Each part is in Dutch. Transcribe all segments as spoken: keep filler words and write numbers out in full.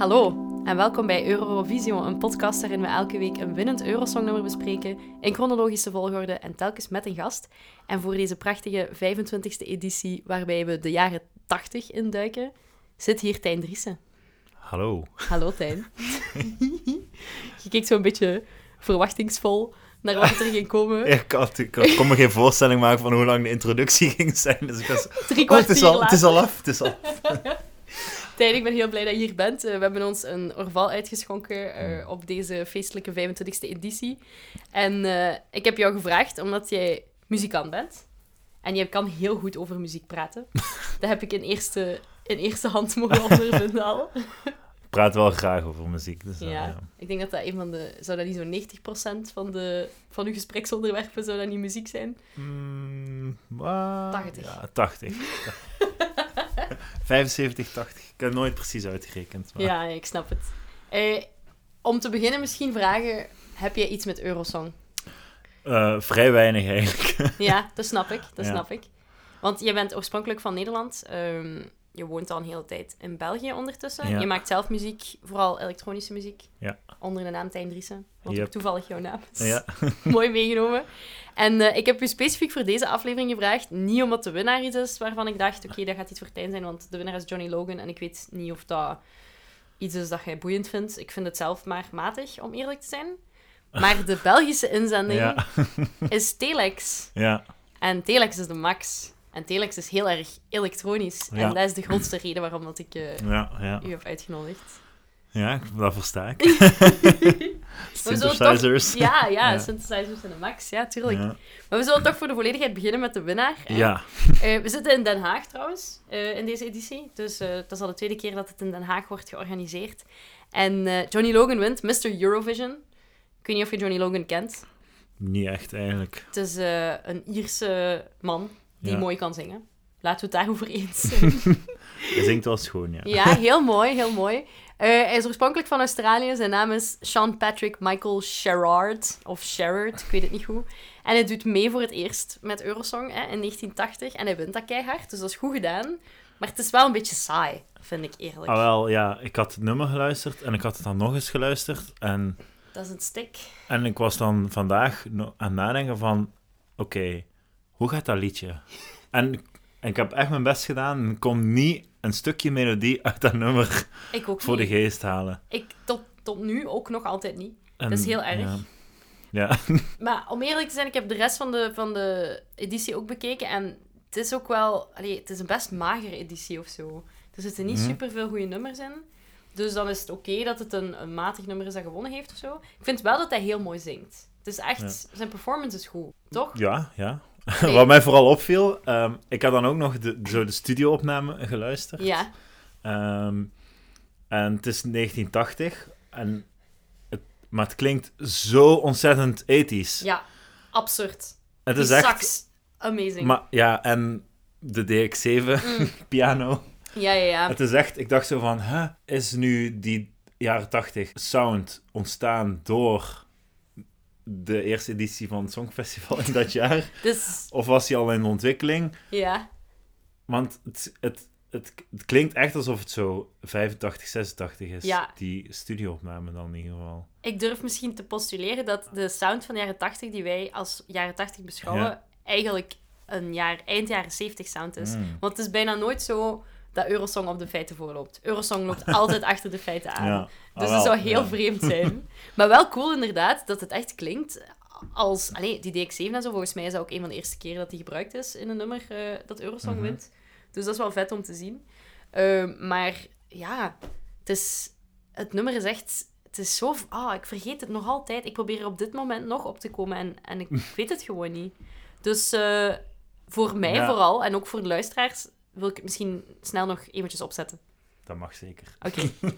Hallo en welkom bij Eurovisio, een podcast waarin we elke week een winnend Eurosongnummer bespreken in chronologische volgorde en telkens met een gast. En voor deze prachtige vijfentwintigste editie, waarbij we de jaren tachtig induiken, zit hier Tijn Driessen. Hallo. Hallo Tijn. Je kijkt zo een beetje verwachtingsvol naar wat er ging komen. Ja, ik, had, ik kon me geen voorstelling maken van hoe lang de introductie ging zijn. Dus ik was... Drie oh, het, is al, later. het is al af. Het is al af. Tijn, ik ben heel blij dat je hier bent. Uh, we hebben ons een orval uitgeschonken uh, op deze feestelijke vijfentwintigste editie. En uh, ik heb jou gevraagd, omdat jij muzikant bent. En je kan heel goed over muziek praten. Dat heb ik in eerste, in eerste hand mogen ondervinden al. Ik praat wel graag over muziek. Dus, ja, uh, ja, ik denk dat dat een van de... Zou dat niet zo'n negentig procent van, de, van uw gespreksonderwerpen, zou dat niet muziek zijn? Mm, uh, tachtig. Ja, tachtig. vijfenzeventig, tachtig. Ik heb het nooit precies uitgerekend. Maar... Ja, ik snap het. Uh, om te beginnen misschien vragen, heb jij iets met Eurosong? Uh, vrij weinig eigenlijk. Ja, dat snap ik. Dat ja. snap ik. Want je bent oorspronkelijk van Nederland. Um, je woont al een hele tijd in België ondertussen. Ja. Je maakt zelf muziek, vooral elektronische muziek. Ja. Onder de naam Tijn Driessen. Wat Yep. ook toevallig jouw naam is. Ja. Mooi meegenomen. En uh, ik heb u specifiek voor deze aflevering gevraagd. Niet omdat de winnaar iets is waarvan ik dacht, oké, okay, dat gaat iets voor Tijn zijn, want de winnaar is Johnny Logan. En ik weet niet of dat iets is dat jij boeiend vindt. Ik vind het zelf maar matig, om eerlijk te zijn. Maar de Belgische inzending ja. is Telex. Ja. En Telex is de max. En Telex is heel erg elektronisch. Ja. En dat is de grootste reden waarom dat ik uh, ja, ja. u heb uitgenodigd. Ja, dat versta ik. Synthesizers. Toch... Ja, ja, ja, synthesizers zijn de max. Ja, tuurlijk. Ja. Maar we zullen toch voor de volledigheid beginnen met de winnaar. Hè? Ja. Uh, we zitten in Den Haag trouwens, uh, in deze editie. Dus uh, dat is al de tweede keer dat het in Den Haag wordt georganiseerd. En uh, Johnny Logan wint, mister Eurovision. Ik weet niet of je Johnny Logan kent. Niet echt, eigenlijk. Het is uh, een Ierse man die ja. mooi kan zingen. Laten we het daarover eens zijn. Hij zingt wel schoon, ja. Ja, heel mooi, heel mooi. Uh, hij is oorspronkelijk van Australië. Zijn naam is Sean Patrick Michael Sherrard. Of Sherrard, ik weet het niet goed. En hij doet mee voor het eerst met Eurosong hè, in negentien tachtig. En hij wint dat keihard, dus dat is goed gedaan. Maar het is wel een beetje saai, vind ik eerlijk. Ah, wel, ja. Ik had het nummer geluisterd en ik had het dan nog eens geluisterd. En... Dat is een stik. En ik was dan vandaag aan het nadenken van... Oké, okay, hoe gaat dat liedje? En, en ik heb echt mijn best gedaan en ik kon niet een stukje melodie uit dat nummer ik ook voor niet. de geest halen. Ik tot, tot nu ook nog altijd niet. En, dat is heel erg. Ja. ja. Maar om eerlijk te zijn, ik heb de rest van de, van de editie ook bekeken en het is ook wel... Allee, het is een best magere editie of zo. Er zitten niet mm. superveel goede nummers in. Dus dan is het oké okay dat het een, een matig nummer is dat gewonnen heeft of zo. Ik vind wel dat hij heel mooi zingt. Het is echt... Ja. Zijn performance is goed, toch? Ja, ja. Nee. Wat mij vooral opviel... Um, ik had dan ook nog de, zo de studio-opname geluisterd. Ja. Um, en het is negentien tachtig. En het, maar het klinkt zo ontzettend ethisch. Ja, absurd. Het Die is echt... sax, amazing. Maar, ja, en de D X zeven mm. piano... Ja, ja, ja. Het is echt, ik dacht zo van, huh, is nu die jaren tachtig sound ontstaan door de eerste editie van het Songfestival in dat jaar? Dus... Of was die al in ontwikkeling? Ja. Want het, het, het, het klinkt echt alsof het zo vijfentachtig, zesentachtig is. Ja. Die studio-opname dan in ieder geval. Ik durf misschien te postuleren dat de sound van de jaren tachtig, die wij als jaren tachtig beschouwen, ja. eigenlijk een jaar, eind jaren zeventig sound is. Mm. Want het is bijna nooit zo... dat Eurosong op de feiten voorloopt. Eurosong loopt altijd achter de feiten aan. Ja. Dus het zou heel ja. vreemd zijn. Maar wel cool inderdaad, dat het echt klinkt als... Allee, die D X zeven en zo, volgens mij is dat ook een van de eerste keren dat die gebruikt is in een nummer uh, dat Eurosong mm-hmm. wint. Dus dat is wel vet om te zien. Uh, maar ja, het, is, het nummer is echt... Het is zo... Ah, oh, ik vergeet het nog altijd. Ik probeer er op dit moment nog op te komen en, en ik weet het gewoon niet. Dus uh, voor mij ja. vooral, en ook voor de luisteraars... wil ik het misschien snel nog eventjes opzetten. Dat mag zeker. Oké. Okay.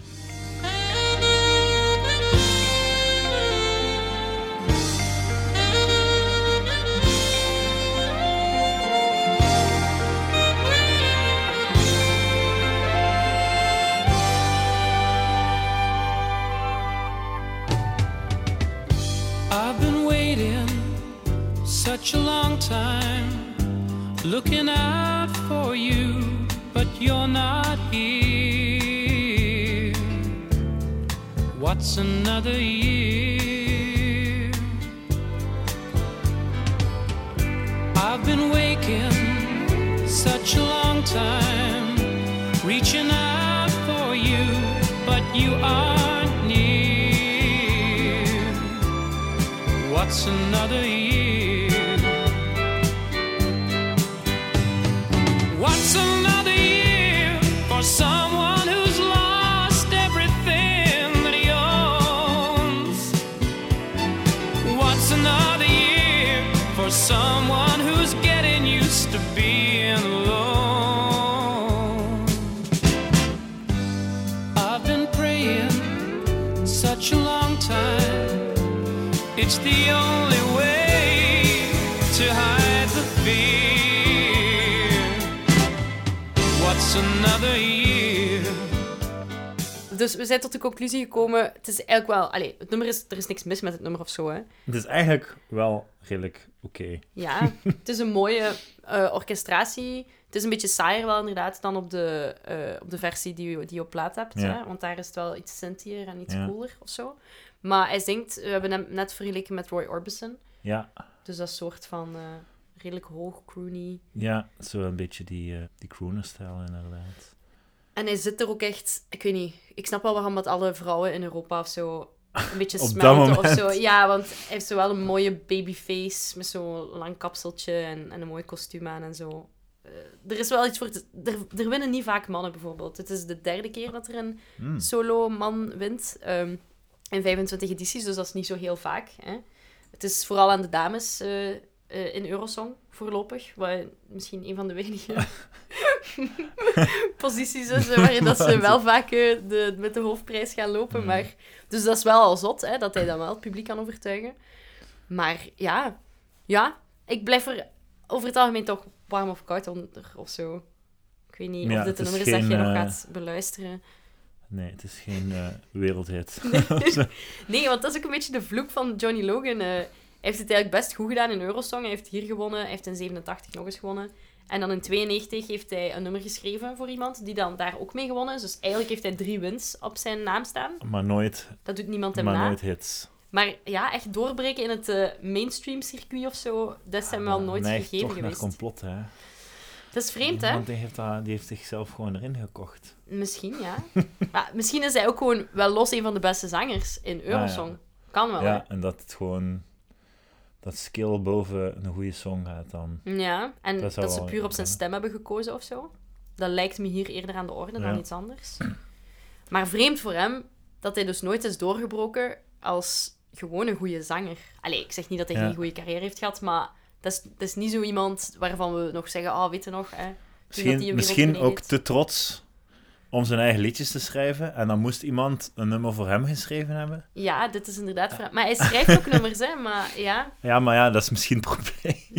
I've been waiting such a long time, looking out for you, but you're not here. What's another year? I've been waking such a long time, reaching out for you, but you aren't near. What's another year? What's another year for someone who's lost everything that he owns? What's another year for someone who's getting used to being alone? I've been praying such a long time, it's the only way to hide the fear. What's another year? Dus we zijn tot de conclusie gekomen, het is eigenlijk wel... Allee, het nummer is, er is niks mis met het nummer of zo, hè. Het is eigenlijk wel redelijk oké. Okay. Ja, het is een mooie uh, orchestratie. Het is een beetje saaier wel inderdaad dan op de, uh, op de versie die je, die je op plaat hebt. Ja. Hè? Want daar is het wel iets synthieer en iets Ja. cooler of zo. Maar hij zingt, we hebben hem net vergeleken met Roy Orbison. Ja. Dus dat is een soort van uh, redelijk hoog, croony. Ja, zo een beetje die, uh, die crooner-stijl inderdaad. En hij zit er ook echt, ik weet niet, ik snap wel waarom dat alle vrouwen in Europa of zo een beetje Op dat smelten of moment. zo. Ja, want hij heeft zo wel een mooie babyface met zo'n lang kapseltje en, en een mooi kostuum aan en zo. Uh, er is wel iets voor... Te, er, er winnen niet vaak mannen, bijvoorbeeld. Het is de derde keer dat er een Mm. solo-man wint. Um, in vijfentwintig edities, dus dat is niet zo heel vaak. Hè. Het is vooral aan de dames uh, uh, in Eurosong, voorlopig. Wat misschien een van de weinige posities is uh, waarin dat ze wel vaak uh, de, met de hoofdprijs gaan lopen. Mm. Maar, dus dat is wel al zot, hè, dat hij dan wel het publiek kan overtuigen. Maar ja, ja, ik blijf er over het algemeen toch warm of koud onder of zo. Ik weet niet Ja, of dit het een is nummer is dat geen, je nog uh, gaat beluisteren. Nee, het is geen uh, wereldhit. Nee, want dat is ook een beetje de vloek van Johnny Logan. Uh, hij heeft het eigenlijk best goed gedaan in Eurosong. Hij heeft hier gewonnen. Hij heeft in zevenentachtig nog eens gewonnen. En dan in tweeënnegentig heeft hij een nummer geschreven voor iemand die dan daar ook mee gewonnen is. Dus eigenlijk heeft hij drie wins op zijn naam staan. Maar nooit, Dat doet niemand hem maar na. nooit hits. Maar ja, echt doorbreken in het uh, mainstream circuit of zo, dat is hem wel nooit Neigt gegeven toch geweest. naar complot, hè? Dat is vreemd, hè? Want die heeft, dat, die heeft zichzelf gewoon erin gekocht. Misschien, ja. Maar misschien is hij ook gewoon wel los een van de beste zangers in Eurosong. Ah, Kan wel, Ja, en dat het gewoon... Dat skill boven een goede song gaat dan. hè? Ja, en Dat dat, zou ze wel puur op zijn kunnen. stem hebben gekozen of zo. Dat lijkt me hier eerder aan de orde dan Ja. iets anders. Maar vreemd voor hem dat hij dus nooit is doorgebroken als gewoon een goede zanger. Allee, ik zeg niet dat hij Ja. geen goede carrière heeft gehad, maar dat is, dat is niet zo iemand waarvan we nog zeggen, oh, weet je nog, hè? Toen dat die Misschien, een misschien wereldtournee ook deed. te trots om zijn eigen liedjes te schrijven. En dan moest iemand een nummer voor hem geschreven hebben. Ja, dit is inderdaad... voor hem. Maar hij schrijft ook nummers, hè. Maar ja... Ja, maar ja, dat is misschien het probleem.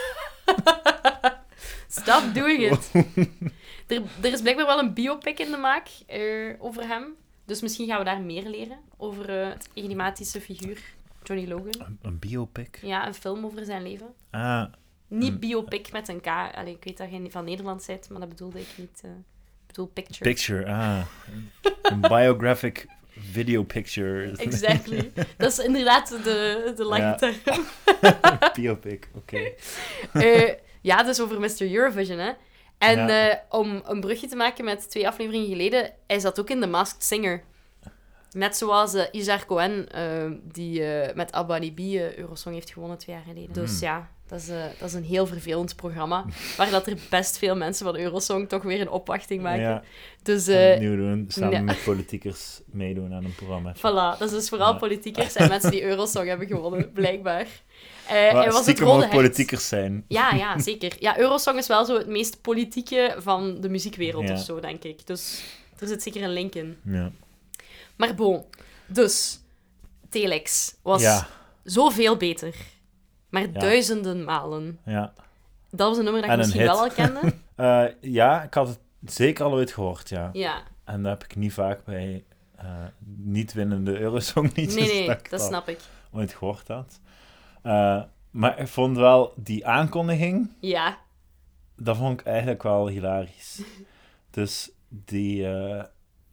Stop doing it. er, er is blijkbaar wel een biopic in de maak uh, over hem. Dus misschien gaan we daar meer leren over uh, het enigmatische figuur Johnny Logan. Een, een biopic? Ja, een film over zijn leven. Ah, Niet Hmm. biopic met een K. Allee, ik weet dat je van Nederland bent, maar dat bedoelde ik niet. Uh, ik bedoel picture. picture, ah. Een biographic video picture. Exactly. Dat is inderdaad de, de lange Ja. term. Biopic, oké. Uh, ja, dus over mister Eurovision, hè. En Ja. uh, om een brugje te maken met twee afleveringen geleden, hij zat ook in The Masked Singer. Net zoals uh, Isar Cohen, uh, die uh, met Abba Libi uh, Eurosong heeft gewonnen twee jaar geleden. Dus Mm. ja, dat is, uh, dat is een heel vervelend programma, waar dat er best veel mensen van Eurosong toch weer een opwachting maken. Ja, Dus, en uh, opnieuw doen, samen ja. met politiekers meedoen aan een programma. voilà, dat is dus vooral Ja. politiekers en mensen die Eurosong hebben gewonnen, blijkbaar. Uh, Maar hij was het stiekem rode ook hert. politiekers zijn. Ja, ja, zeker. Ja, Eurosong is wel zo het meest politieke van de muziekwereld Ja. of zo, denk ik. Dus er zit zeker een link in. Ja. Maar bon, dus Telex was Ja, zoveel beter. Maar Ja. duizenden malen. ja. Dat was een nummer dat En ik een misschien wel al hit. kende. Uh, ja, ik had het zeker al ooit gehoord, ja. Ja, En dat heb ik niet vaak bij uh, niet-winnende Eurosong-liedjes nee, nee, dat ik dat al snap ik. ooit gehoord had. Uh, maar ik vond wel die aankondiging, Ja, dat vond ik eigenlijk wel hilarisch. Dus die, uh,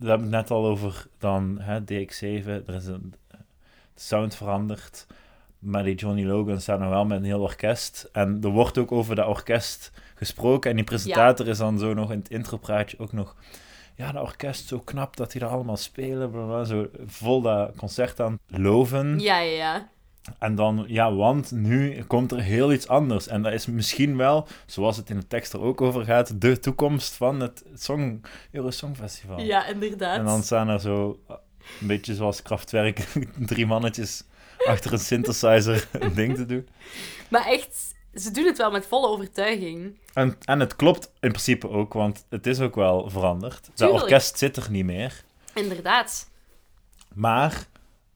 we hebben het net al over dan hè, D X zeven, er is een de sound veranderd, maar die Johnny Logan staat nog wel met een heel orkest. En er wordt ook over dat orkest gesproken. En die presentator ja. is dan zo nog in het intropraatje ook nog... Ja, dat orkest, zo knap dat die dat allemaal spelen. Blablabla, zo vol dat concert aan loven. Ja, ja, ja. En dan, ja, want nu komt er heel iets anders. En dat is misschien wel, zoals het in de tekst er ook over gaat, de toekomst van het Song, Eurosongfestival. Ja, inderdaad. En dan staan er zo, een beetje zoals Kraftwerk, drie mannetjes achter een synthesizer een ding te doen. Maar echt, ze doen het wel met volle overtuiging. En, en het klopt in principe ook, want het is ook wel veranderd. Dat Tuurlijk. orkest zit er niet meer. Inderdaad. Maar,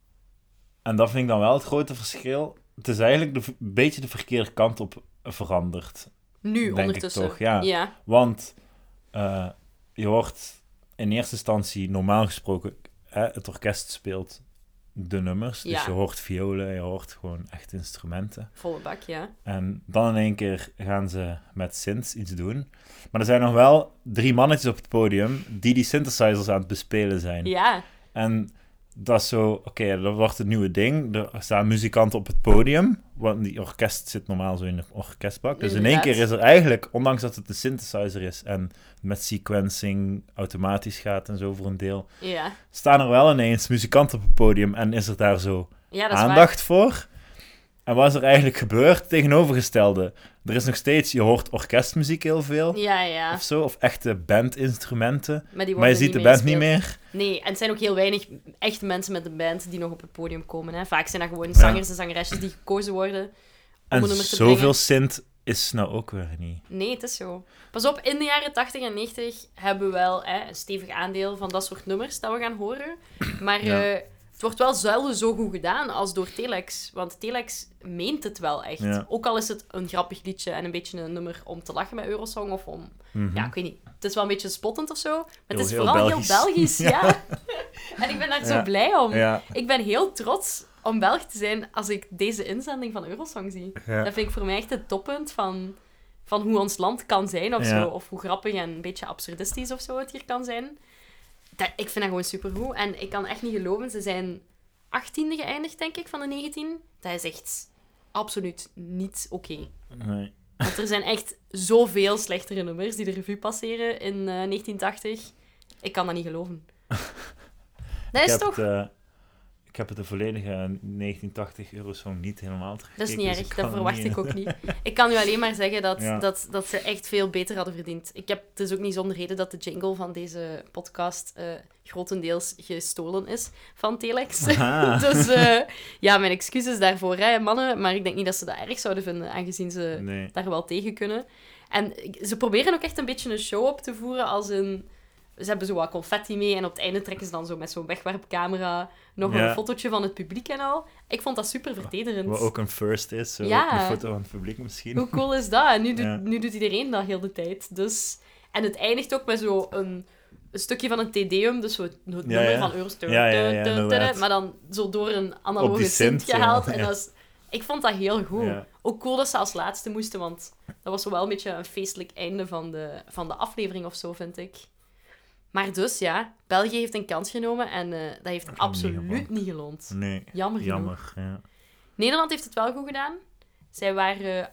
en dat vind ik dan wel het grote verschil, het is eigenlijk een beetje de verkeerde kant op veranderd. Nu, denk ondertussen. Ik toch, ja. ja. Want uh, je hoort in eerste instantie, normaal gesproken, hè, het orkest speelt de nummers. Ja. Dus je hoort violen, je hoort gewoon echt instrumenten. Volle bak, ja. En dan in één keer gaan ze met synths iets doen. Maar er zijn nog wel drie mannetjes op het podium die die synthesizers aan het bespelen zijn. Ja. En dat is zo, oké, okay, dat wordt het nieuwe ding. Er staan muzikanten op het podium, want die orkest zit normaal zo in de orkestbak. Dus Inderdaad. in één keer is er eigenlijk, ondanks dat het een synthesizer is en met sequencing automatisch gaat en zo voor een deel, Ja. staan er wel ineens muzikanten op het podium en is er daar zo Ja, dat is aandacht voor. En wat is er eigenlijk gebeurd? Tegenovergestelde. Er is nog steeds, je hoort orkestmuziek heel veel. Ja, ja. Of zo, of echte bandinstrumenten. Maar, die Maar je worden ziet de niet band meer niet gespeeld. meer. Nee, en het zijn ook heel weinig echte mensen met een band die nog op het podium komen. Hè. Vaak zijn dat gewoon zangers en zangeresjes die gekozen worden om En een nummer te zoveel brengen. synth is nou ook weer niet. Nee, het is zo. Pas op, in de jaren tachtig en negentig hebben we wel hè, een stevig aandeel van dat soort nummers dat we gaan horen. Maar Ja. uh, het wordt wel zelden zo goed gedaan als door Telex. Want Telex meent het wel echt. Ja. Ook al is het een grappig liedje en een beetje een nummer om te lachen met Eurosong of om... Mm-hmm. Ja, ik weet niet. Het is wel een beetje spottend of zo. Maar Heel- het is heel vooral Belgisch. heel Belgisch, ja. Ja. En ik ben daar Ja. zo blij om. Ja. Ik ben heel trots om Belg te zijn als ik deze inzending van Eurosong zie. Ja. Dat vind ik voor mij echt het toppunt van, van hoe ons land kan zijn of Ja. zo. Of hoe grappig en een beetje absurdistisch of zo het hier kan zijn. Dat, ik vind dat gewoon supergoed. En ik kan echt niet geloven, ze zijn achttiende geëindigd, denk ik, van de negentien. Dat is echt absoluut niet oké. Nee. Want er zijn echt zoveel slechtere nummers die de revue passeren in uh, negentien tachtig. Ik kan dat niet geloven. Dat Ik is heb toch... het, uh, ik heb het de volledige negentien tachtig Eurosong niet helemaal teruggekeken. Dat is niet dus erg, ik dat kan verwacht niet, ik ook niet. Ik kan u alleen maar zeggen dat, Ja. dat, dat ze echt veel beter hadden verdiend. Ik heb, het is ook niet zonder reden dat de jingle van deze podcast uh, grotendeels gestolen is van Telex. Ah. Dus uh, ja, mijn excuses daarvoor, hè, mannen. Maar ik denk niet dat ze dat erg zouden vinden, aangezien ze Nee. daar wel tegen kunnen. En ze proberen ook echt een beetje een show op te voeren als een... Ze hebben zo wat confetti mee en op het einde trekken ze dan zo met zo'n wegwerpcamera nog Ja. een fotootje van het publiek en al. Ik vond dat super vertederend. Wat ook een first is, zo Ja. een foto van het publiek misschien. Hoe cool is dat? En nu, doet, Ja. nu doet iedereen dat heel de tijd. Dus... En het eindigt ook met zo een, een stukje van een Tedeum, dus zo het, het nummer ja. van Eurosong, Ja, ja, ja, inderdaad. maar dan zo door een Op analoge die synth synth, gehaald. ja. En dat is, ik vond dat heel goed. Ja. Ook cool dat ze als laatste moesten, want dat was zo wel een beetje een feestelijk einde van de, van de aflevering of zo, vind ik. Maar dus, ja, België heeft een kans genomen en uh, dat heeft niet absoluut geloond. niet geloond. Nee, Jammer genoeg. jammer. Ja. Nederland heeft het wel goed gedaan. Zij waren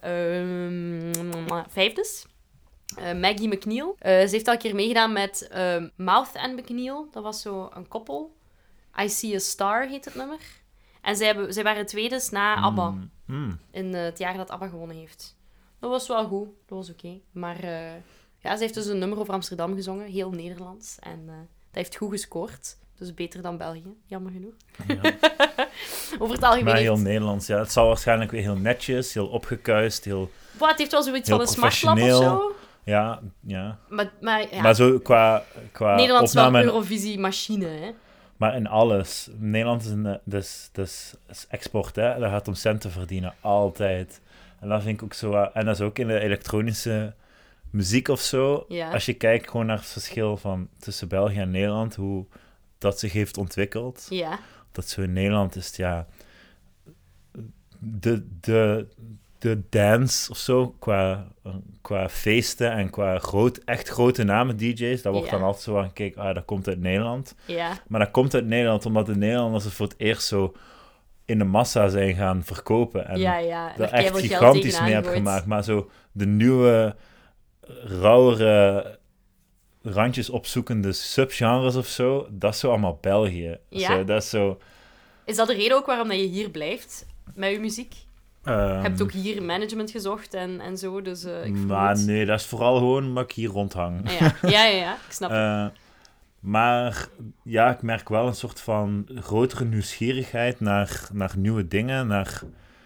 uh, vijfdes. Uh, Maggie McNeil. Uh, ze heeft al een keer meegedaan met uh, Mouth and McNeil. Dat was zo een koppel. I See a Star heet het nummer. En zij, hebben, zij waren tweedes na ABBA. Mm. Mm. In uh, het jaar dat ABBA gewonnen heeft. Dat was wel goed. Dat was oké. Okay. Maar uh, ja, ze heeft dus een nummer over Amsterdam gezongen. Heel Nederlands. En uh, dat heeft goed gescoord. Dus beter dan België. Jammer genoeg. Ja. Over het algemeen Maar heeft... heel Nederlands, ja. Het zal waarschijnlijk weer heel netjes, heel opgekuist, heel... Wow, het heeft wel zoiets Heel van een smartlap of professioneel. zo. Ja, ja. Maar, maar, ja. Maar zo qua, qua Nederland is wel opname... een en- Eurovisie-machine, hè. Maar in alles. Nederland is, een, dus, dus, is export, hè. Dat gaat om centen verdienen. Altijd. En dat vind ik ook zo... uh, En dat is ook in de elektronische muziek of zo. Ja. Als je kijkt gewoon naar het verschil van tussen België en Nederland, hoe dat zich heeft ontwikkeld. Ja. Dat zo in Nederland is, het, ja... De, de, de dance of zo, qua, qua feesten en qua groot, echt grote namen D J's, dat wordt Ja. dan altijd zo aan gekeken, ah, dat komt uit Nederland. Ja. Maar dat komt uit Nederland omdat de Nederlanders het voor het eerst zo in de massa zijn gaan verkopen. En Ja, ja. dat Daar echt keiveel geld gigantisch tegenaan mee hebben gegooid. gemaakt. Maar zo de nieuwe, rauwere, randjes opzoekende subgenres of zo, dat is zo allemaal België. Ja? Zo, dat is zo... Is dat de reden ook waarom dat je hier blijft met je muziek? ehm, Je hebt ook hier management gezocht en, en zo, dus uh, ik Maar vermoed- nee, dat is vooral gewoon omdat ik hier rondhang. Ah, ja. ja, ja, ja, ik snap het. Eh, maar ja, ik merk wel een soort van grotere nieuwsgierigheid naar, naar nieuwe dingen, naar,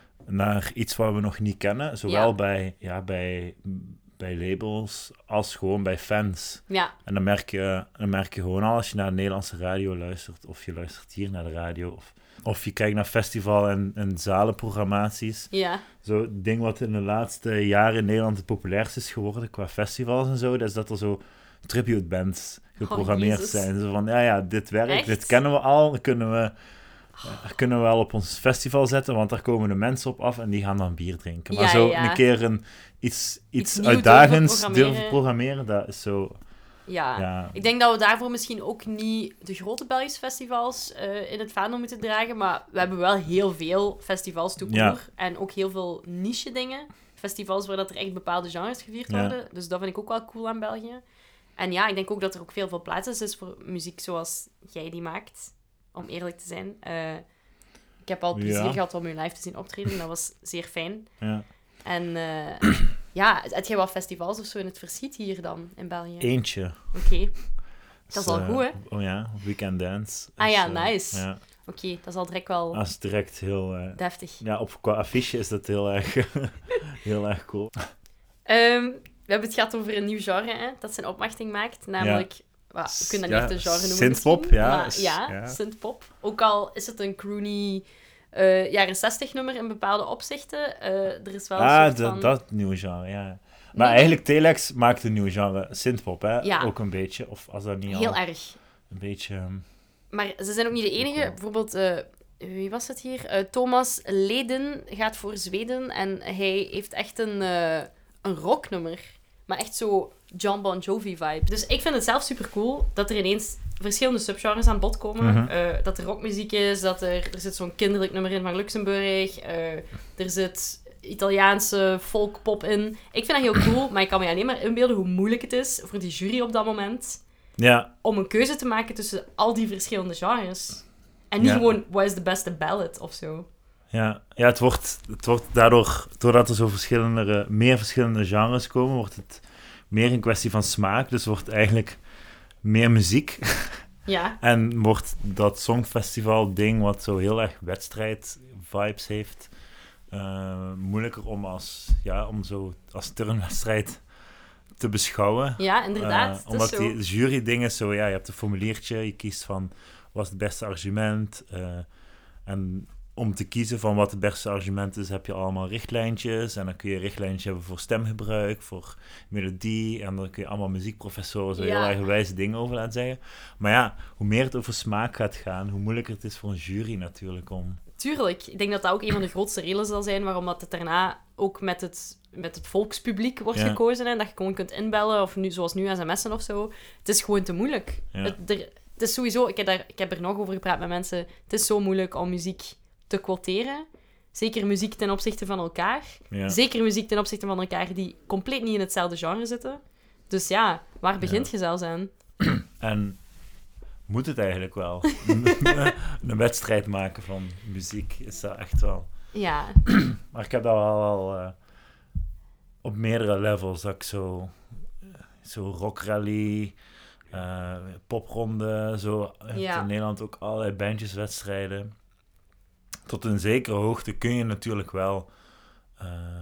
naar iets wat we nog niet kennen. Zowel Ja. bij, ja, bij, bij labels als gewoon bij fans. Ja, En dan merk, je, dan merk je gewoon al als je naar de Nederlandse radio luistert, of je luistert hier naar de radio, of, of je kijkt naar festival- en, en zalenprogrammaties. ja. Zo'n ding wat in de laatste jaren in Nederland het populairst is geworden qua festivals en zo, dat is dat er zo tribute bands geprogrammeerd Jezus. zijn. Zo van, ja, ja, dit werkt, Echt? dit kennen we al, dat kunnen we, dat kunnen we wel op ons festival zetten, want daar komen de mensen op af en die gaan dan bier drinken. Maar Ja, zo ja. een keer een, iets, iets, nieuws uitdagends durven durven programmeren. programmeren, dat is zo... Ja. Ja, Ik denk dat we daarvoor misschien ook niet de grote Belgische festivals uh, in het vaandel moeten dragen, maar we hebben wel heel veel festivals toekoor. Ja. En ook heel veel niche dingen. Festivals waar dat er echt bepaalde genres gevierd Ja. worden. Dus dat vind ik ook wel cool aan België. En ja, ik denk ook dat er ook veel, veel plaats is voor muziek zoals jij die maakt. Om eerlijk te zijn. Uh, ik heb al het plezier Ja. gehad om je live te zien optreden. Dat was zeer fijn. ja. En uh, ja, heb jij wel festivals of zo in het verschiet hier dan, in België? Eentje. Oké. Dat is al eh, goed, hè? Oh ja, Weekend Dance. Ah is, ja, eh, nice. Ja, Oké, dat is al direct wel dat is direct heel... eh, deftig. ja, op, qua affiche is dat heel erg, heel erg cool. Ehm, we hebben het gehad over een nieuw genre, hè, dat zijn opmachting maakt. Namelijk, well, we kunnen dat Ja, niet echt een genre noemen synthpop, misschien, ja, maar is- ja, ja. synthpop. Ook al is het een croony eh, jaren zestig nummer in bepaalde opzichten. eh, er is wel een Ah, soort dat, van... dat nieuwe genre, ja. Maar Nee, eigenlijk Telex maakt een nieuw genre, synthpop, hè? Ja. Ook een beetje, of als dat niet Heel al erg. een beetje... ehm, Maar ze zijn ook niet de enige. wel. Bijvoorbeeld, eh, wie was het hier? Eh, Thomas Leden gaat voor Zweden en hij heeft echt een, eh, een rocknummer. Maar echt zo John Bon Jovi vibe. Dus ik vind het zelf super cool dat er ineens verschillende subgenres aan bod komen. Mhm. Eh, dat er rockmuziek is, dat er, er zit zo'n kinderlijk nummer in van Luxemburg. eh, er zit Italiaanse folkpop in. Ik vind dat heel cool, maar ik kan me alleen maar inbeelden hoe moeilijk het is voor die jury op dat moment Ja, om een keuze te maken tussen al die verschillende genres. En niet Ja. gewoon, wat is de beste ballad of zo. ja. ja het, wordt, het wordt daardoor, doordat er zo verschillende, meer verschillende genres komen, wordt het meer een kwestie van smaak. Dus wordt eigenlijk meer muziek. Ja, En wordt dat songfestival-ding, wat zo heel erg wedstrijd-vibes heeft, eh, moeilijker om als, ja, om zo als turnwedstrijd te beschouwen. ja inderdaad. Eh, het is omdat zo. die jury-dingen zo, ja, je hebt een formuliertje, je kiest van wat is het beste argument. eh, en om te kiezen van wat het beste argument is, heb je allemaal richtlijntjes. En dan kun je richtlijntjes hebben voor stemgebruik, voor melodie. En dan kun je allemaal muziekprofessoren zo Ja. heel erg wijze dingen over laten zeggen. Maar ja, hoe meer het over smaak gaat gaan, hoe moeilijker het is voor een jury natuurlijk om... Tuurlijk. Ik denk dat dat ook een van de grootste redenen zal zijn waarom dat het daarna ook met het, met het volkspubliek wordt Ja. gekozen. En dat je gewoon kunt inbellen, of nu, zoals nu sms'en of zo. Het is gewoon te moeilijk. Ja. Het, er, het is sowieso... Ik heb, daar, ik heb er nog over gepraat met mensen. Het is zo moeilijk om muziek te quoteren. Zeker muziek ten opzichte van elkaar. Ja. Zeker muziek ten opzichte van elkaar die compleet niet in hetzelfde genre zitten. Dus ja, waar begint Ja. je zelfs aan? En moet het eigenlijk wel? Een wedstrijd maken van muziek is dat echt wel... Ja, Maar ik heb dat wel al eh, op meerdere levels, dat ik zo, zo rockrally, eh popronde, zo je hebt Ja. in Nederland ook allerlei bandjeswedstrijden. Tot een zekere hoogte kun je natuurlijk wel eh,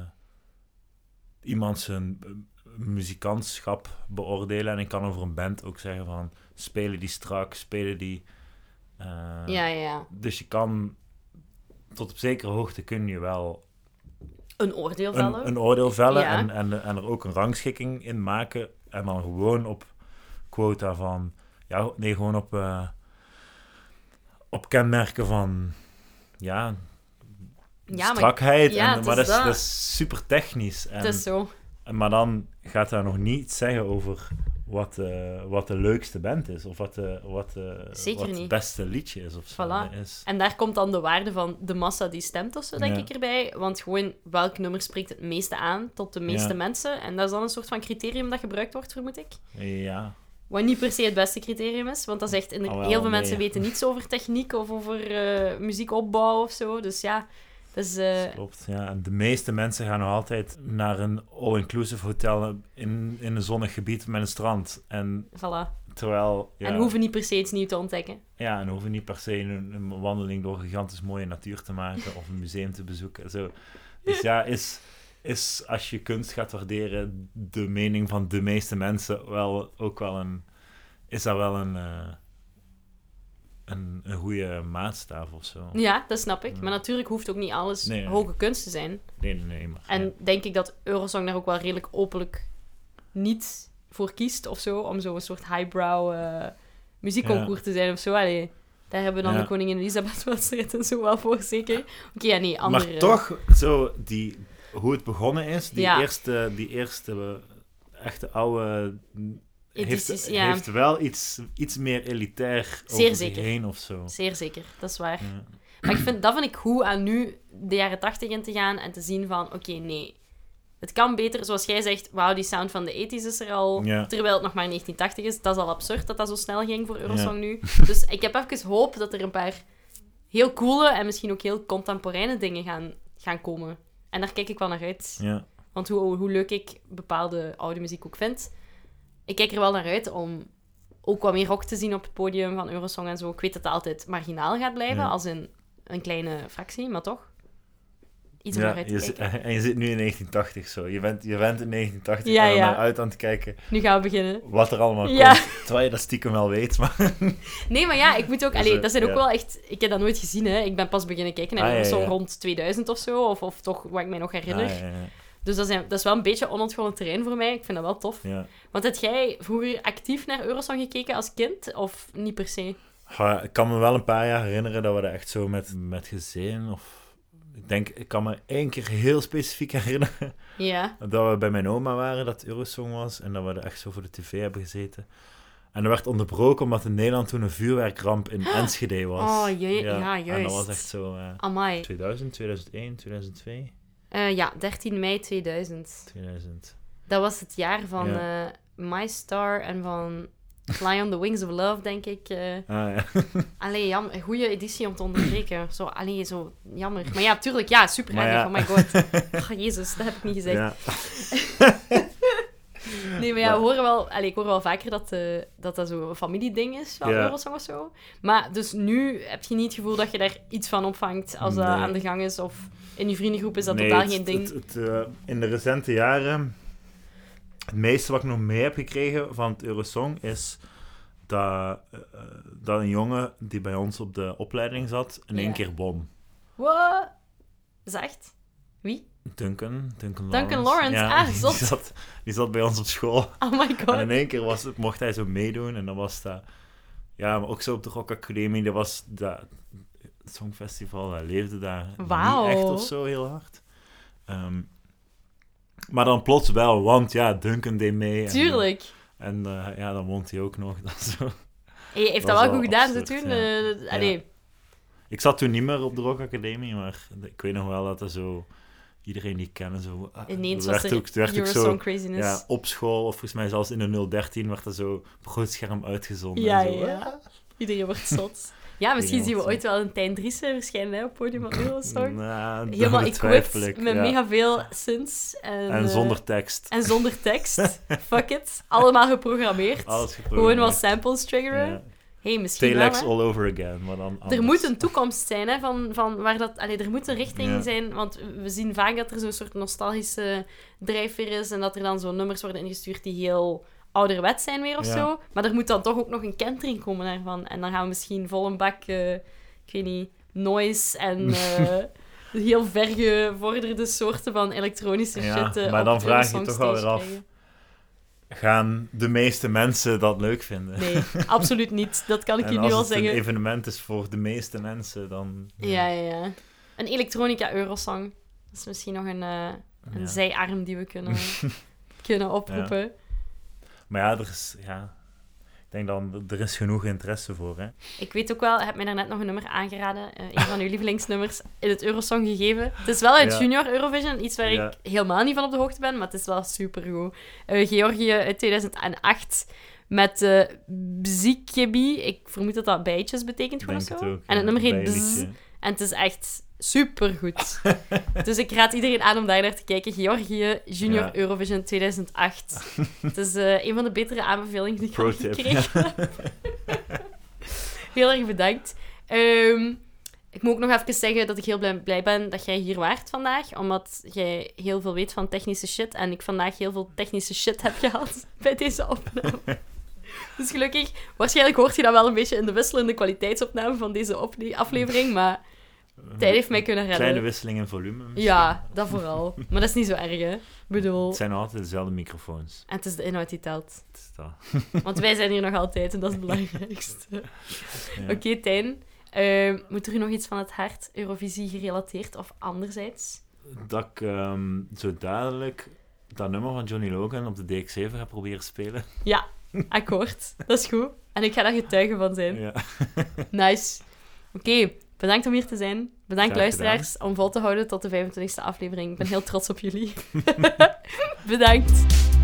iemand zijn eh, muzikantschap beoordelen. En ik kan over een band ook zeggen van, spelen die strak, spelen die... eh, ja, ja. Dus je kan, tot op zekere hoogte kun je wel Een oordeel vellen. een, een oordeel vellen Ja. en, en, en er ook een rangschikking in maken. En dan gewoon op quota van... Ja, nee, gewoon op, eh, op kenmerken van... Ja, Ja, strakheid. Maar, ja, en, maar dat is, dat. dat is super technisch. En, het is zo. Maar dan gaat daar nog niet zeggen over wat, uh, wat de leukste band is. Of wat, de, wat, de, wat het beste liedje is. Of zo. Voilà. Is... En daar komt dan de waarde van de massa die stemt of zo, denk ja. ik erbij. Want gewoon welk nummer spreekt het meeste aan tot de meeste ja. mensen. En dat is dan een soort van criterium dat gebruikt wordt, vermoed ik. Ja. Wat niet per se het beste criterium is. Want dat is echt... In de... oh, wel, heel veel nee. mensen weten niets over techniek of over uh, muziekopbouw of zo. Dus ja... Dus, uh... dat klopt, ja. En de meeste mensen gaan nog altijd naar een all-inclusive hotel in, in een zonnig gebied met een strand. En voilà. Terwijl... Ja, en hoeven niet per se iets nieuws te ontdekken. Ja, en hoeven niet per se een, een wandeling door gigantisch mooie natuur te maken of een museum te bezoeken. Zo. Dus ja, is, is als je kunst gaat waarderen, de mening van de meeste mensen wel ook wel een... Is dat wel een... Uh, Een, een goede maatstaf of zo. Ja, dat snap ik. Ja. Maar natuurlijk hoeft ook niet alles nee, nee. hoge kunst te zijn. Nee, nee, nee. Maar, en ja. denk ik dat Eurosong daar ook wel redelijk openlijk niet voor kiest of zo, om zo'n soort highbrow uh, muziekconcours ja. te zijn of zo. Allee, daar hebben we dan ja. de Koningin Elisabeth-wedstrijd en zo wel voor, zeker. Oké, okay, ja, nee, andere... Maar toch, zo, die, hoe het begonnen is, die ja. eerste, die eerste uh, echte oude... Edities, heeft, ja. heeft wel iets, iets meer elitair Zeer over zeker. zich heen of zo. Zeer zeker, dat is waar. Ja. Maar ik vind, dat vind ik goed aan nu de jaren tachtig in te gaan en te zien van, oké, okay, nee. Het kan beter, zoals jij zegt, wauw, die sound van de eighties is er al, ja. terwijl het nog maar negentien tachtig is. Dat is al absurd dat dat zo snel ging voor Eurosong ja. nu. Dus ik heb even hoop dat er een paar heel coole en misschien ook heel contemporaine dingen gaan, gaan komen. En daar kijk ik wel naar uit. Ja. Want hoe, hoe leuk ik bepaalde oude muziek ook vind... Ik kijk er wel naar uit om ook wat meer rock te zien op het podium van Eurosong en zo. Ik weet dat het altijd marginaal gaat blijven, ja. als in een kleine fractie, maar toch. Iets om ja, naar uit te je kijken. zit, en je zit nu in negentien tachtig zo. Je bent, je bent in negentien tachtig ja, en er ja. naar uit aan het kijken. Nu gaan we beginnen. Wat er allemaal ja. komt. Terwijl je dat stiekem wel weet, maar... Nee, maar ja, ik moet ook... Dus, allee, dat zijn ook ja. wel echt... Ik heb dat nooit gezien, hè. Ik ben pas beginnen kijken naar ah, ja, Eurosong ja. rond tweeduizend of zo. Of, of toch, wat ik mij nog herinner. Ah, ja, ja. Dus dat is, dat is wel een beetje onontgonnen terrein voor mij. Ik vind dat wel tof. Ja. Want heb jij vroeger actief naar Eurosong gekeken als kind? Of niet per se? Ja, ik kan me wel een paar jaar herinneren dat we dat echt zo met, met gezin of... Ik denk, ik kan me één keer heel specifiek herinneren Ja. dat we bij mijn oma waren, dat het Eurosong was, en dat we er echt zo voor de tv hebben gezeten. En dat werd onderbroken omdat in Nederland toen een vuurwerkramp in Enschede was. Oh, ju- ja, ja, juist. En dat was echt zo... Uh, Amai. tweeduizend, tweeduizend één, tweeduizend twee? Uh, ja, dertien mei tweeduizend. tweeduizend. Dat was het jaar van ja. uh, My Star en van Fly on the Wings of Love, denk ik. Uh, ah, ja. Allee, jam- een goede editie om te onderbreken. Zo, allee, zo jammer. Maar ja, tuurlijk, ja, super Maar erg. ja. Oh my god. Oh, jezus, dat heb ik niet gezegd. Ja. Nee, maar ja, Maar- we horen wel, allee, ik hoor wel vaker dat, uh, dat dat zo een familieding is, van Ja. Eurosong of zo. Maar dus nu heb je niet het gevoel dat je daar iets van opvangt als dat Nee. aan de gang is, of in je vriendengroep is dat Nee, totaal het- geen ding. Het, het, uh, in de recente jaren, het meeste wat ik nog mee heb gekregen van het Eurosong is dat, uh, dat een jongen die bij ons op de opleiding zat, in één Ja. keer won. Wat? Is dat echt? Wie? Duncan, Duncan Duncan Lawrence. Lawrence, Ja, ah, die zot. zat, die zat bij ons op school. Oh my god. En in één keer was het, mocht hij zo meedoen. En dan was dat... Ja, maar ook zo op de Rock Academie. Dat was dat... Het Songfestival, dat leefde daar Wauw. niet echt of zo heel hard. Um, maar dan plots wel, want ja, Duncan deed mee. En, Tuurlijk. En uh, ja, dan won hij ook nog. Dat zo. Hey, heeft Dat dat, is wel goed wel gedaan, zo absurd, toen? ja. Uh, allee. Ik zat toen niet meer op de Rock Academie, maar ik weet nog wel dat er zo... Iedereen die kennen zo... Uh, Ineens werd was er ook, werd ook Eurosong zo, craziness. ja, op school, of volgens mij zelfs in de nul dertien, werd er zo op een groot scherm uitgezonden. Ja, en zo. ja. Iedereen wordt zot. Ja, misschien zien we wordt ooit wel een Tijn Driessen verschijnen hè, op het podium van Eurosong. Nou, dat Helemaal betwijfel equipped ik, met ja. mega veel synths. En, En eh, zonder tekst. en zonder tekst. Fuck it. Allemaal geprogrammeerd. Alles Gewoon geprogrammeerd. wat samples triggeren. Ja. Hey, misschien wel, Telex hè. all over again, maar dan Er anders. moet een toekomst zijn, hè, van, van waar dat... Allee, er moet een richting Ja. zijn, want we zien vaak dat er zo'n soort nostalgische drijfveer is en dat er dan zo nummers worden ingestuurd die heel ouderwets zijn weer of Ja. zo. Maar er moet dan toch ook nog een kentering komen daarvan. En dan gaan we misschien vol een bak, uh, ik weet niet, noise en uh, heel vergevorderde soorten van elektronische Ja, shit uh, maar op dan het vraag je Eurosong toch wel stage weer af. krijgen. Gaan de meeste mensen dat leuk vinden? Nee, absoluut niet. Dat kan ik En je nu als al het zeggen. een evenement is voor de meeste mensen, dan... Ja, ja, ja. een elektronica Eurosong. Dat is misschien nog een, uh, een ja. zijarm die we kunnen, kunnen oproepen. Ja. Maar ja, er is... Ja... Ik denk dat er is genoeg interesse voor, hè. Ik weet ook wel, je hebt mij daarnet nog een nummer aangeraden. Uh, een van uw lievelingsnummers in het Eurosong gegeven. Het is wel uit ja. Junior Eurovision, iets waar ja. ik helemaal niet van op de hoogte ben, maar het is wel supergoed. Uh, Georgië uit tweeduizend acht met uh, Bzikebi. Ik vermoed dat dat bijtjes betekent gewoon zo. Het ook, en het ja, nummer heet Bzz. En het is echt supergoed. Dus ik raad iedereen aan om daar naar te kijken. Georgië, Junior ja. Eurovision tweeduizend acht. Het is uh, een van de betere aanbevelingen die ik heb gekregen. Heel erg bedankt. Um, ik moet ook nog even zeggen dat ik heel blij, blij ben dat jij hier waart vandaag, omdat jij heel veel weet van technische shit en ik vandaag heel veel technische shit heb gehad bij deze opname. Dus gelukkig, waarschijnlijk hoort je dat wel een beetje in de wisselende kwaliteitsopname van deze op- aflevering, maar tijd heeft mij kunnen redden. Kleine wisseling in volume misschien. Ja, dat vooral. Maar dat is niet zo erg, hè. Ik bedoel... Het zijn altijd dezelfde microfoons. En het is de inhoud die telt. Het is dat. Want wij zijn hier nog altijd en dat is het belangrijkste. Ja. Oké, okay, Tijn. Uh, moet er u nog iets van het hart Eurovisie gerelateerd of anderzijds? Dat ik um, zo dadelijk dat nummer van Johnny Logan op de D X zeven ga proberen spelen. Ja, akkoord. Dat is goed. En ik ga daar getuige van zijn. Ja. Nice. Oké, okay, bedankt om hier te zijn. Bedankt Graag luisteraars gedaan. om vol te houden tot de vijfentwintigste aflevering. Ik ben heel trots op jullie. Bedankt.